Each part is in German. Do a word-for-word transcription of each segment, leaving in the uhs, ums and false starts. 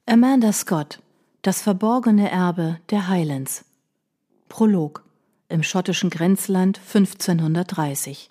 Amanda Scott, das verborgene Erbe der Highlands. Prolog. Im schottischen Grenzland fünfzehnhundertdreißig.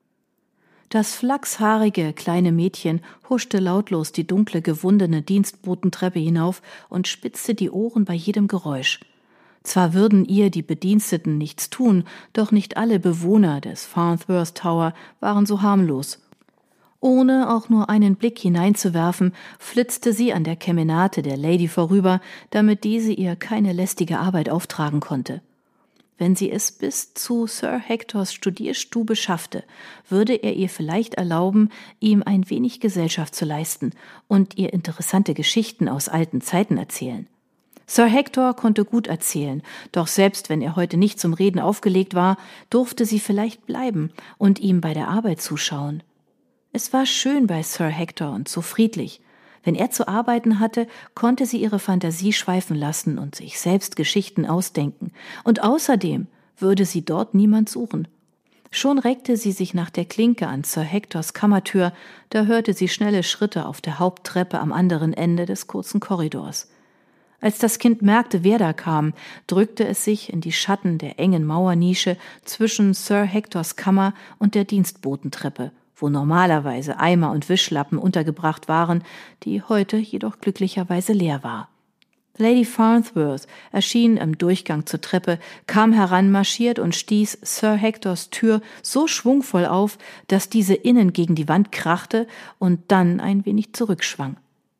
Das flachshaarige kleine Mädchen huschte lautlos die dunkle, gewundene Dienstbotentreppe hinauf und spitzte die Ohren bei jedem Geräusch. Zwar würden ihr die Bediensteten nichts tun, doch nicht alle Bewohner des Farnworth Tower waren so harmlos. Ohne auch nur einen Blick hineinzuwerfen, flitzte sie an der Kemenate der Lady vorüber, damit diese ihr keine lästige Arbeit auftragen konnte. Wenn sie es bis zu Sir Hectors Studierstube schaffte, würde er ihr vielleicht erlauben, ihm ein wenig Gesellschaft zu leisten und ihr interessante Geschichten aus alten Zeiten erzählen. Sir Hector konnte gut erzählen, doch selbst wenn er heute nicht zum Reden aufgelegt war, durfte sie vielleicht bleiben und ihm bei der Arbeit zuschauen. Es war schön bei Sir Hector und so friedlich. Wenn er zu arbeiten hatte, konnte sie ihre Fantasie schweifen lassen und sich selbst Geschichten ausdenken. Und außerdem würde sie dort niemand suchen. Schon reckte sie sich nach der Klinke an Sir Hectors Kammertür, da hörte sie schnelle Schritte auf der Haupttreppe am anderen Ende des kurzen Korridors. Als das Kind merkte, wer da kam, drückte es sich in die Schatten der engen Mauernische zwischen Sir Hectors Kammer und der Dienstbotentreppe, wo normalerweise Eimer und Wischlappen untergebracht waren, die heute jedoch glücklicherweise leer war. Lady Farnworth erschien im Durchgang zur Treppe, kam heranmarschiert und stieß Sir Hectors Tür so schwungvoll auf, dass diese innen gegen die Wand krachte und dann ein wenig zurückschwang.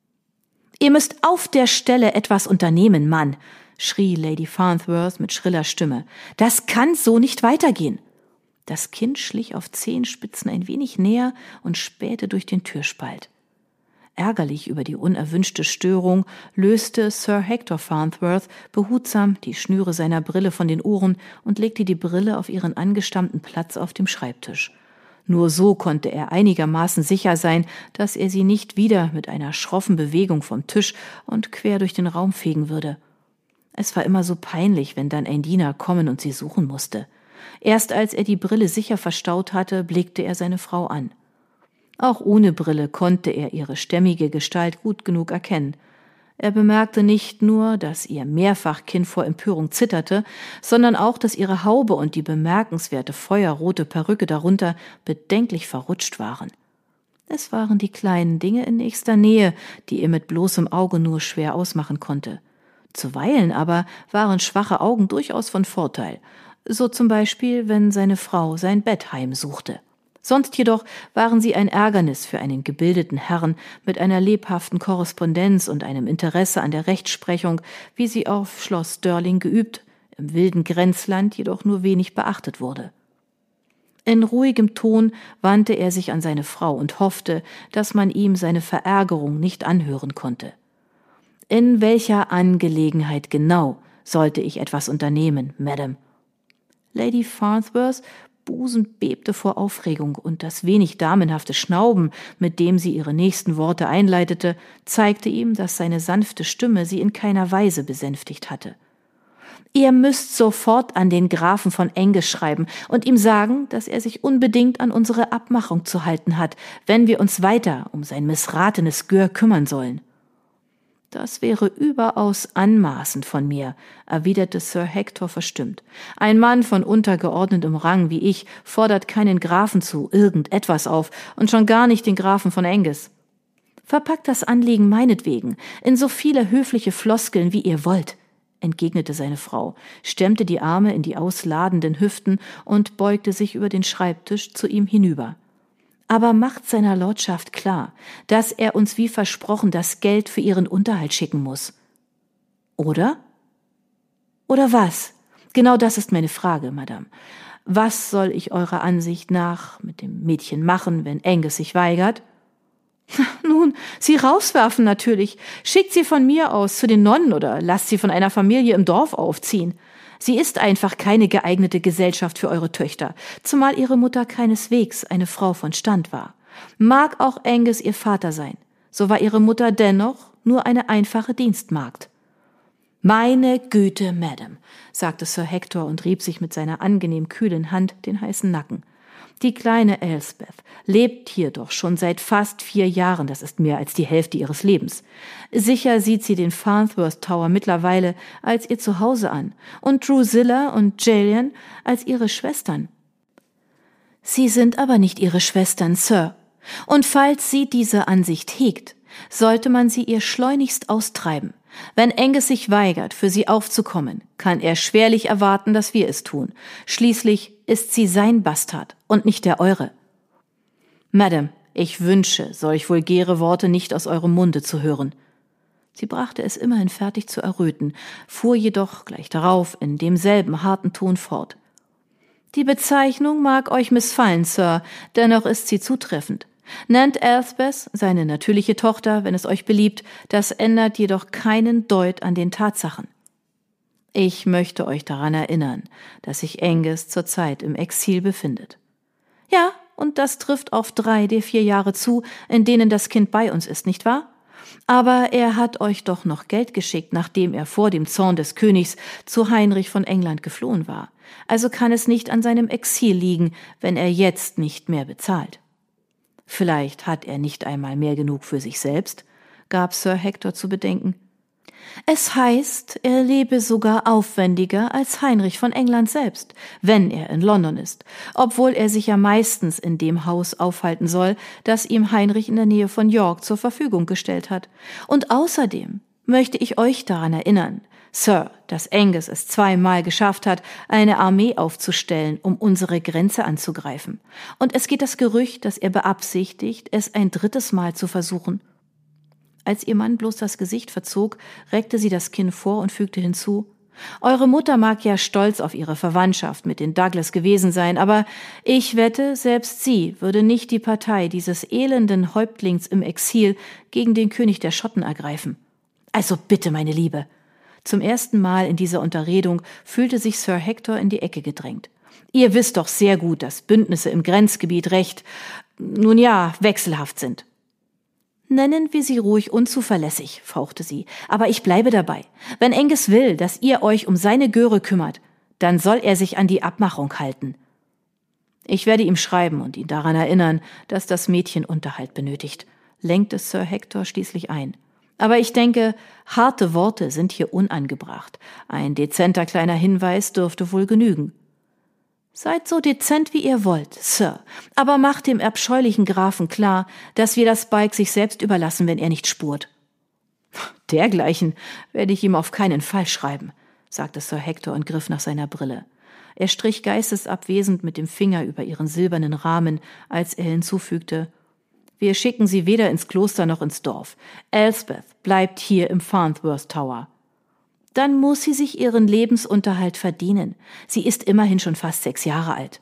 »Ihr müsst auf der Stelle etwas unternehmen, Mann«, schrie Lady Farnworth mit schriller Stimme. »Das kann so nicht weitergehen.« Das Kind schlich auf Zehenspitzen ein wenig näher und spähte durch den Türspalt. Ärgerlich über die unerwünschte Störung löste Sir Hector Farnworth behutsam die Schnüre seiner Brille von den Ohren und legte die Brille auf ihren angestammten Platz auf dem Schreibtisch. Nur so konnte er einigermaßen sicher sein, dass er sie nicht wieder mit einer schroffen Bewegung vom Tisch und quer durch den Raum fegen würde. Es war immer so peinlich, wenn dann ein Diener kommen und sie suchen musste. Erst als er die Brille sicher verstaut hatte, blickte er seine Frau an. Auch ohne Brille konnte er ihre stämmige Gestalt gut genug erkennen. Er bemerkte nicht nur, dass ihr Mehrfachkinn vor Empörung zitterte, sondern auch, dass ihre Haube und die bemerkenswerte feuerrote Perücke darunter bedenklich verrutscht waren. Es waren die kleinen Dinge in nächster Nähe, die er mit bloßem Auge nur schwer ausmachen konnte. Zuweilen aber waren schwache Augen durchaus von Vorteil, so zum Beispiel, wenn seine Frau sein Bett heimsuchte. Sonst jedoch waren sie ein Ärgernis für einen gebildeten Herrn mit einer lebhaften Korrespondenz und einem Interesse an der Rechtsprechung, wie sie auf Schloss Stirling geübt, im wilden Grenzland jedoch nur wenig beachtet wurde. In ruhigem Ton wandte er sich an seine Frau und hoffte, dass man ihm seine Verärgerung nicht anhören konnte. »In welcher Angelegenheit genau sollte ich etwas unternehmen, Madame?« Lady Farnworth Busen bebte vor Aufregung, und das wenig damenhafte Schnauben, mit dem sie ihre nächsten Worte einleitete, zeigte ihm, dass seine sanfte Stimme sie in keiner Weise besänftigt hatte. »Ihr müsst sofort an den Grafen von Angus schreiben und ihm sagen, dass er sich unbedingt an unsere Abmachung zu halten hat, wenn wir uns weiter um sein missratenes Gör kümmern sollen.« »Das wäre überaus anmaßend von mir«, erwiderte Sir Hector verstimmt. »Ein Mann von untergeordnetem Rang wie ich fordert keinen Grafen zu irgendetwas auf und schon gar nicht den Grafen von Angus. Verpackt das Anliegen meinetwegen in so viele höfliche Floskeln, wie ihr wollt«, entgegnete seine Frau, stemmte die Arme in die ausladenden Hüften und beugte sich über den Schreibtisch zu ihm hinüber. »Aber macht seiner Lordschaft klar, dass er uns wie versprochen das Geld für ihren Unterhalt schicken muss.« »Oder?« »Oder was? Genau das ist meine Frage, Madame. Was soll ich eurer Ansicht nach mit dem Mädchen machen, wenn Angus sich weigert?« »Nun, sie rauswerfen natürlich. Schickt sie von mir aus zu den Nonnen oder lasst sie von einer Familie im Dorf aufziehen. Sie ist einfach keine geeignete Gesellschaft für eure Töchter, zumal ihre Mutter keineswegs eine Frau von Stand war. Mag auch Angus ihr Vater sein, so war ihre Mutter dennoch nur eine einfache Dienstmagd.« »Meine Güte, Madame«, sagte Sir Hector und rieb sich mit seiner angenehm kühlen Hand den heißen Nacken. Die kleine Elspeth lebt hier doch schon seit fast vier Jahren, das ist mehr als die Hälfte ihres Lebens. Sicher sieht sie den Farnworth Tower mittlerweile als ihr Zuhause an und Drusilla und Gillian als ihre Schwestern. Sie sind aber nicht ihre Schwestern, Sir. Und falls sie diese Ansicht hegt, sollte man sie ihr schleunigst austreiben. Wenn Angus sich weigert, für sie aufzukommen, kann er schwerlich erwarten, dass wir es tun. Schließlich ist sie sein Bastard und nicht der eure. Madame, ich wünsche, solch vulgäre Worte nicht aus eurem Munde zu hören. Sie brachte es immerhin fertig zu erröten, fuhr jedoch gleich darauf in demselben harten Ton fort. Die Bezeichnung mag euch missfallen, Sir, dennoch ist sie zutreffend. Nennt Elspeth seine natürliche Tochter, wenn es euch beliebt, das ändert jedoch keinen Deut an den Tatsachen. Ich möchte euch daran erinnern, dass sich Angus zurzeit im Exil befindet. Ja, und das trifft auf drei der vier Jahre zu, in denen das Kind bei uns ist, nicht wahr? Aber er hat euch doch noch Geld geschickt, nachdem er vor dem Zorn des Königs zu Heinrich von England geflohen war. Also kann es nicht an seinem Exil liegen, wenn er jetzt nicht mehr bezahlt. Vielleicht hat er nicht einmal mehr genug für sich selbst, gab Sir Hector zu bedenken. Es heißt, er lebe sogar aufwendiger als Heinrich von England selbst, wenn er in London ist, obwohl er sich ja meistens in dem Haus aufhalten soll, das ihm Heinrich in der Nähe von York zur Verfügung gestellt hat. Und außerdem möchte ich euch daran erinnern, Sir, dass Angus es zweimal geschafft hat, eine Armee aufzustellen, um unsere Grenze anzugreifen. Und es geht das Gerücht, dass er beabsichtigt, es ein drittes Mal zu versuchen. Als ihr Mann bloß das Gesicht verzog, reckte sie das Kinn vor und fügte hinzu: Eure Mutter mag ja stolz auf ihre Verwandtschaft mit den Douglas gewesen sein, aber ich wette, selbst sie würde nicht die Partei dieses elenden Häuptlings im Exil gegen den König der Schotten ergreifen. Also bitte, meine Liebe. Zum ersten Mal in dieser Unterredung fühlte sich Sir Hector in die Ecke gedrängt. Ihr wisst doch sehr gut, dass Bündnisse im Grenzgebiet recht, nun ja, wechselhaft sind. Nennen wir sie ruhig unzuverlässig, fauchte sie, aber ich bleibe dabei. Wenn Angus will, dass ihr euch um seine Göre kümmert, dann soll er sich an die Abmachung halten. Ich werde ihm schreiben und ihn daran erinnern, dass das Mädchen Unterhalt benötigt, lenkte Sir Hector schließlich ein. Aber ich denke, harte Worte sind hier unangebracht. Ein dezenter kleiner Hinweis dürfte wohl genügen. Seid so dezent, wie ihr wollt, Sir, aber macht dem abscheulichen Grafen klar, dass wir das Balg sich selbst überlassen, wenn er nicht spurt. Dergleichen werde ich ihm auf keinen Fall schreiben, sagte Sir Hector und griff nach seiner Brille. Er strich geistesabwesend mit dem Finger über ihren silbernen Rahmen, als er hinzufügte: Wir schicken sie weder ins Kloster noch ins Dorf. Elspeth bleibt hier im Farnworth Tower. Dann muss sie sich ihren Lebensunterhalt verdienen. Sie ist immerhin schon fast sechs Jahre alt.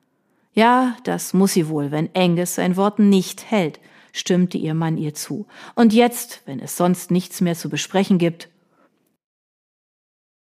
Ja, das muss sie wohl, wenn Angus sein Wort nicht hält, stimmte ihr Mann ihr zu. Und jetzt, wenn es sonst nichts mehr zu besprechen gibt,